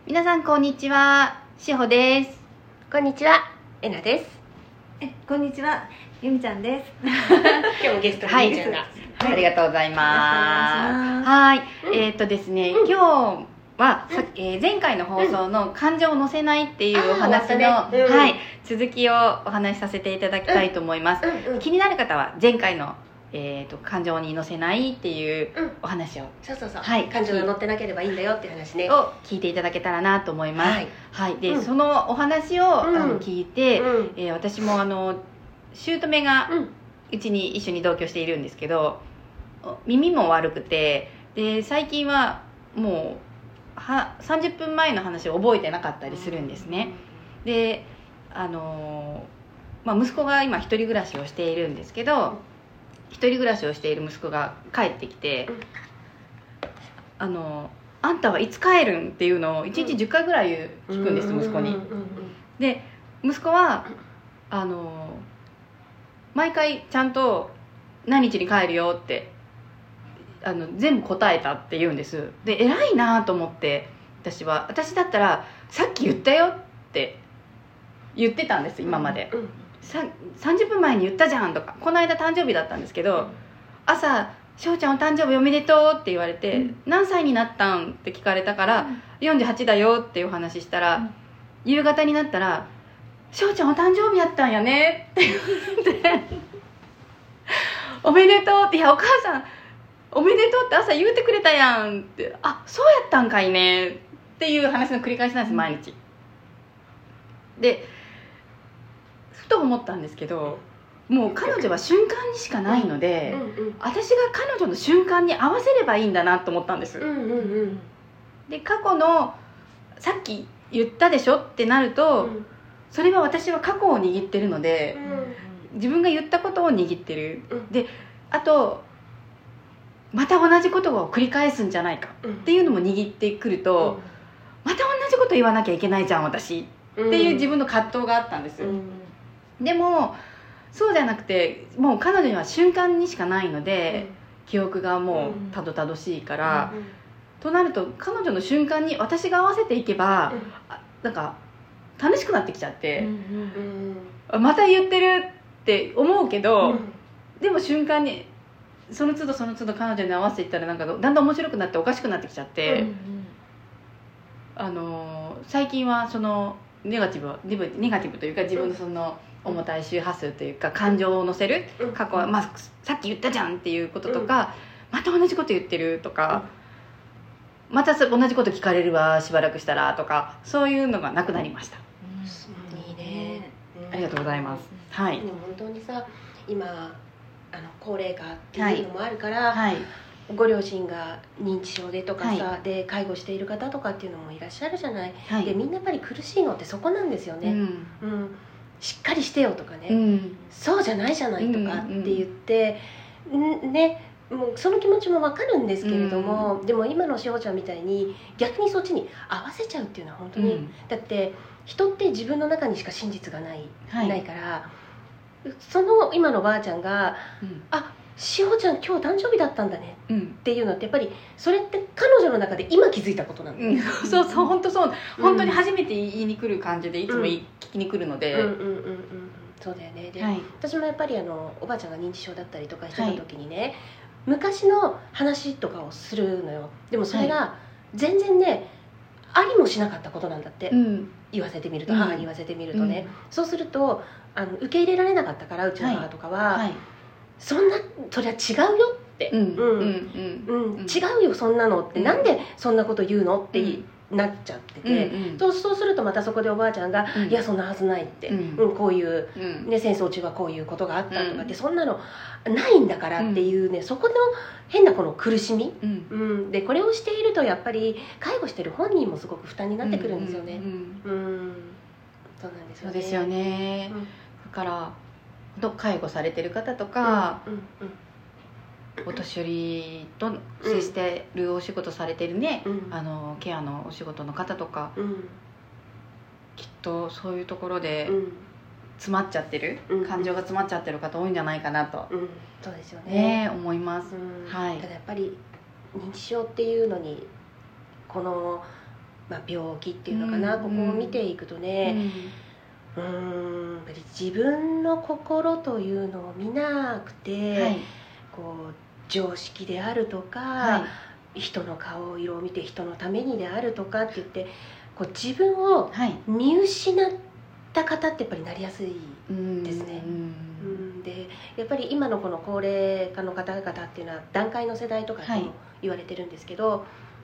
皆さんこんにちは、しほです。 こんにちは、えなです。 こんにちは、ゆみちゃんです。 今日もゲストのゆみちゃんが、 ありがとうございます。はい、ですね、今日は前回の放送の感情を乗せないっていうお話の、はい、続きをお話しさせていただきたいと思います。気になる方は前回の感情に乗せないっていうお話を、 はい、感情が乗ってなければいいんだよっていう話ねを聞いていただけたらなと思います。はい、で、そのお話を聞いて、私も姑がうちに一緒に同居しているんですけど、耳も悪くて、で最近はもう30分前の話を覚えてなかったりするんですね。で息子が今一人暮らしをしているんですけど、一人暮らしをしている息子が帰ってきて、あんたはいつ帰るんっていうのを1日10回ぐらい聞くんです、息子に。で息子は毎回ちゃんと何日に帰るよって全部答えたって言うんです。で偉いなと思って、私だったらさっき言ったよって言ってたんです、今まで。30分前に言ったじゃんとか、この間誕生日だったんですけど、朝「翔ちゃんお誕生日おめでとう」って言われて「何歳になったん?」って聞かれたから「48だよ」っていうお話したら、夕方になったら「翔ちゃんお誕生日やったんやね」って言って「おめでとう」って「いやお母さんおめでとうって朝言うてくれたやん」って「あそうやったんかいね」っていう話の繰り返しなんです、毎日。でふと思ったんですけど、もう彼女は瞬間にしかないので、私が彼女の瞬間に合わせればいいんだなと思ったんです。で過去のさっき言ったでしょってなると、それは私は過去を握ってるので、自分が言ったことを握ってる。であとまた同じことを繰り返すんじゃないかっていうのも握ってくると、また同じこと言わなきゃいけないじゃん私っていう自分の葛藤があったんです。でもそうじゃなくて、もう彼女には瞬間にしかないので、記憶がもうたどたどしいから、となると彼女の瞬間に私が合わせていけば、なんか楽しくなってきちゃって、また言ってるって思うけど、でも瞬間にその都度その都度彼女に合わせていったら、なんかだんだん面白くなっておかしくなってきちゃって、最近はそのネガティブというか、自分のその重たい周波数というか、感情を乗せる、過去は、さっき言ったじゃんっていうこととか、また同じこと言ってるとか、また同じこと聞かれるわしばらくしたらとか、そういうのがなくなりました。 いいね、 ありがとうございます。はい。 でも本当にさ、今高齢化っていうのもあるから、ご両親が認知症でとかさ、で介護している方とかっていうのもいらっしゃるじゃない。でみんなやっぱり苦しいのってそこなんですよね。しっかりしてよとかね、そうじゃないじゃないとかって言って、ね、もうその気持ちも分かるんですけれども、でも今のしほちゃんみたいに逆にそっちに合わせちゃうっていうのは本当に、だって人って自分の中にしか真実がないから、その今のばあちゃんが「あ、しほちゃん今日誕生日だったんだね」っていうのって、やっぱりそれって彼女の中で今気づいたことなんだよ。 そうそう、本当そう、本当に初めて言いに来る感じでいつも聞きに来るので。 そうだよね。で、私もやっぱりおばあちゃんが認知症だったりとかしてた時にね、昔の話とかをするのよ。でもそれが全然ね、ありもしなかったことなんだって、言わせてみると、母に言わせてみるとね。そうすると受け入れられなかったから、うちの母とかは「そりゃ違うよ」って「違うよそんなの」って「なんでそんなこと言うの?」ってなっちゃってて、そうするとまたそこでおばあちゃんが「いやそんなはずない」って「こういう戦争中はこういうことがあった」とかって、そんなのないんだからっていうね、そこの変なこの苦しみで、これをしているとやっぱり介護してる本人もすごく負担になってくるんですよね。そうなんですよね。 そうですよね。だから介護されてる方とか、お年寄りと接してるお仕事されてるね、ケアのお仕事の方とか、きっとそういうところで詰まっちゃってる、感情が詰まっちゃってる方多いんじゃないかなと、 そうですよね、 思います。 ただやっぱり認知症っていうのにこの病気っていうのかな、ここを見ていくとね、やっぱり自分の心というのを見なくて、こう常識であるとか、人の顔色を見て人のためにであるとかって言ってこう自分を見失った方ってやっぱりなりやすいですね。でやっぱり今のこの高齢化の方々っていうのは団塊の世代とかとも言われてるんですけど、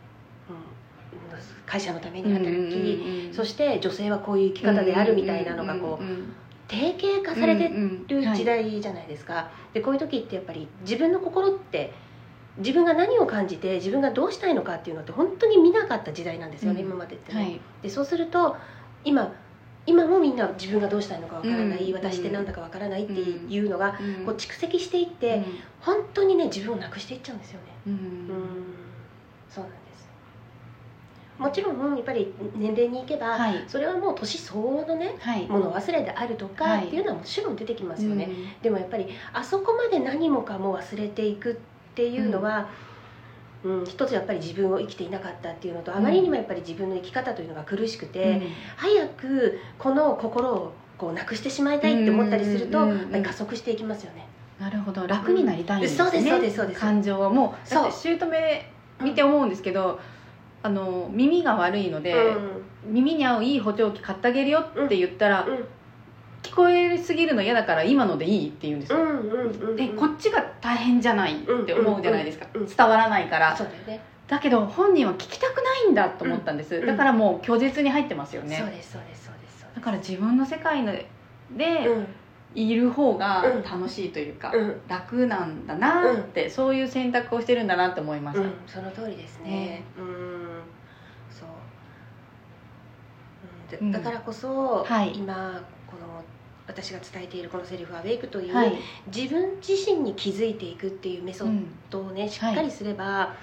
会社のために働き、そして女性はこういう生き方であるみたいなのがこう定型化されてる時代じゃないですか。でこういう時ってやっぱり自分の心って自分が何を感じて自分がどうしたいのかっていうのって本当に見なかった時代なんですよね、今までってね。でそうすると今もみんな自分がどうしたいのかわからない、私ってなんだかわからないっていうのがこう蓄積していって、本当にね自分をなくしていっちゃうんですよね。そうなんです。もちろんやっぱり年齢に行けば、それはもう年相応のね、物忘れであるとかっていうのはもちろん出てきますよね。でもやっぱりあそこまで何もかも忘れていくっていうのは、一つやっぱり自分を生きていなかったっていうのと、あまりにもやっぱり自分の生き方というのが苦しくて、早くこの心をこうなくしてしまいたいって思ったりすると、やっぱり加速していきますよね。 なるほど、楽になりたいんですね。 そうですそうですそうです。 感情はもうだって姑見て思うんですけど、耳が悪いので、耳に合ういい補聴器買ってあげるよって言ったら、聞こえすぎるの嫌だから今のでいいって言うんですよ。でこっちが大変じゃないって思うじゃないですか、伝わらないから。 そうだよね。 だけど本人は聞きたくないんだと思ったんです、だからもう拒絶に入ってますよね。 そうですそうですそうです。 だから自分の世界でいる方が楽しいというか、楽なんだなって、そういう選択をしてるんだなって思いました。 その通りですね。そう、だからこそ、今この私が伝えているこのセルフアウェイクという、自分自身に気づいていくっていうメソッドをね、しっかりすれば、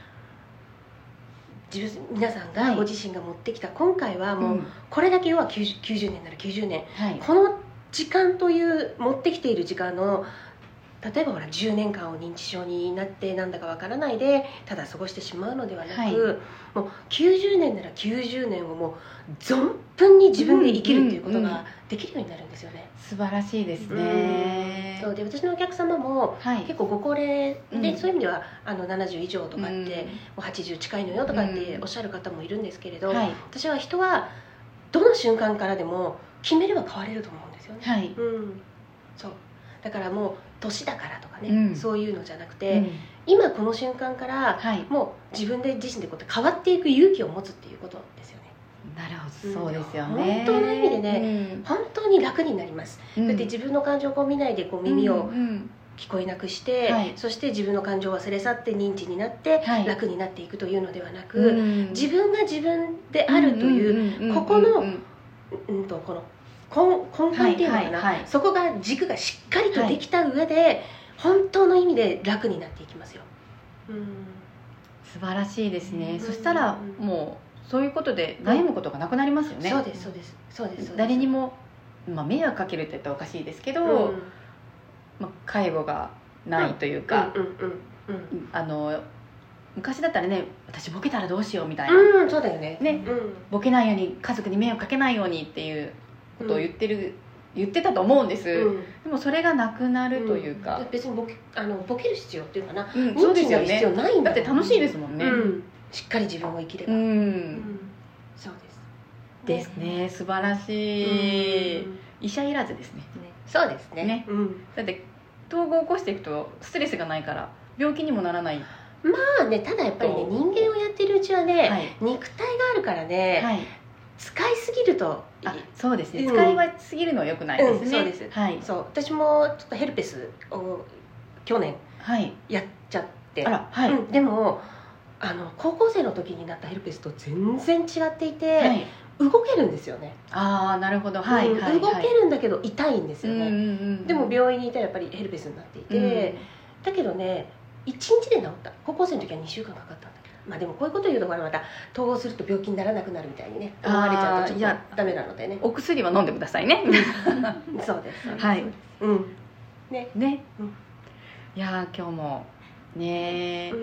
皆さんがご自身が持ってきた、今回はもうこれだけ要は90年なら90年、この時間という持ってきている時間の例えばほら10年間を認知症になってなんだかわからないでただ過ごしてしまうのではなく、もう90年なら90年をもう存分に自分で生きるっていうことができるようになるんですよね。 素晴らしいですね。 そうで私のお客様も結構ご高齢で、そういう意味では70以上とかって、もう80近いのよとかっておっしゃる方もいるんですけれど、私は人はどの瞬間からでも決めれば変われると思うんですよね。そうだからもう年だからとかね、そういうのじゃなくて、今この瞬間からもう自分で自身でこうやって変わっていく勇気を持つっていうことですよね。 なるほど、そうですよね。 本当の意味でね、本当に楽になります。だって自分の感情をこう見ないでこう耳を聞こえなくして、そして自分の感情を忘れ去って認知になって楽になっていくというのではなく、自分が自分であるというここのこの根幹っていうのかな、そこが軸がしっかりとできた上で、本当の意味で楽になっていきますよ。 素晴らしいですね。そしたらもうそういうことで悩むことがなくなりますよね。 そうですそうですそうです。 誰にも、迷惑かけるって言ったらおかしいですけど、介護がないというか、昔だったらね、私ボケたらどうしようみたいな、 そうだよね。 ボケないように、家族に迷惑かけないようにっていうことを言ってたと思うんです、でもそれがなくなるというか、 別にボケる必要っていうかな、 そうですよね、 必要ないんだって楽しいですもんね、 しっかり自分を生きれば。そうですね。素晴らしい。医者いらずですね。 そうですね。 だって統合を起こしていくとストレスがないから病気にもならない。 まあね、ただやっぱりね、人間をやってるうちはね、肉体があるからね、使いすぎると、 そうですね、使いすぎるのは良くないですね。 そうです。そう、私もちょっとヘルペスを去年やっちゃって、でも高校生の時になったヘルペスと全然違っていて、動けるんですよね。 なるほど。動けるんだけど痛いんですよね。でも病院にいたらやっぱりヘルペスになっていて、だけどね、1日で治った。高校生の時は2週間かかったんだけど、でもこういうこと言うとまた統合すると病気にならなくなるみたいにね思われちゃうとちょっとダメなのでね。 お薬は飲んでくださいね。 そうです。 ね。いや今日もね、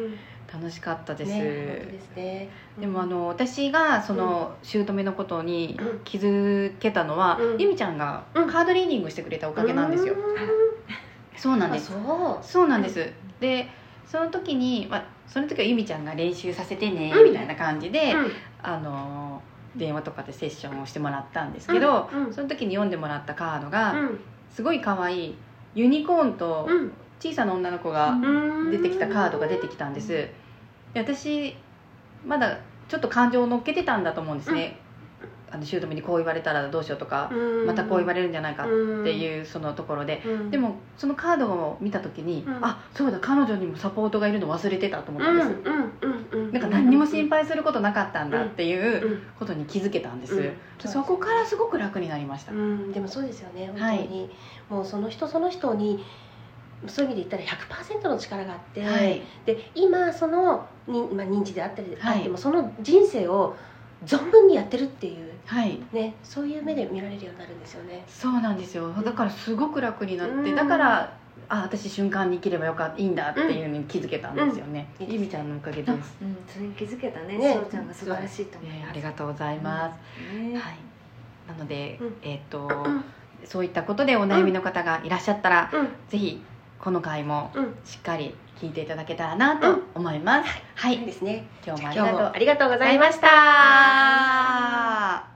楽しかったです、 ね、本当ですね。 でも私がその姑のことに気づけたのは、 うんゆみちゃんがカードリーディングしてくれたおかげなんですよ、そうなんです。そうなんです。でその時に、その時はゆみちゃんが練習させてねみたいな感じで、電話とかでセッションをしてもらったんですけど、その時に読んでもらったカードが、すごい可愛いユニコーンと小さな女の子が出てきたカードが出てきたんです。で私まだちょっと感情を乗っけてたんだと思うんですね、姑にこう言われたらどうしようとか、またこう言われるんじゃないかっていうそのところで、でもそのカードを見た時に、あ、そうだ、彼女にもサポートがいるの忘れてたと思ったんです。なんか何にも心配することなかったんだっていうことに気づけたんです。そこからすごく楽になりました。 でもそうですよね、本当に、もうその人その人にそういう意味で言ったら 100% の力があって、で今その認知であったりあっても、その人生を存分にやってるっていう、そういう目で見られるようになるんですよね。 そうなんですよ。だからすごく楽になって、だから私瞬間に生きればいいんだっていうのに気づけたんですよね。ゆみちゃんのおかげです。 それに気づけたね、しょうちゃんが素晴らしいと思います。 ありがとうございます。なのでそういったことでお悩みの方がいらっしゃったら、ぜひこの回もしっかり聞いていただけたらなと思います。はい、 ですね。 今日もありがとうございました。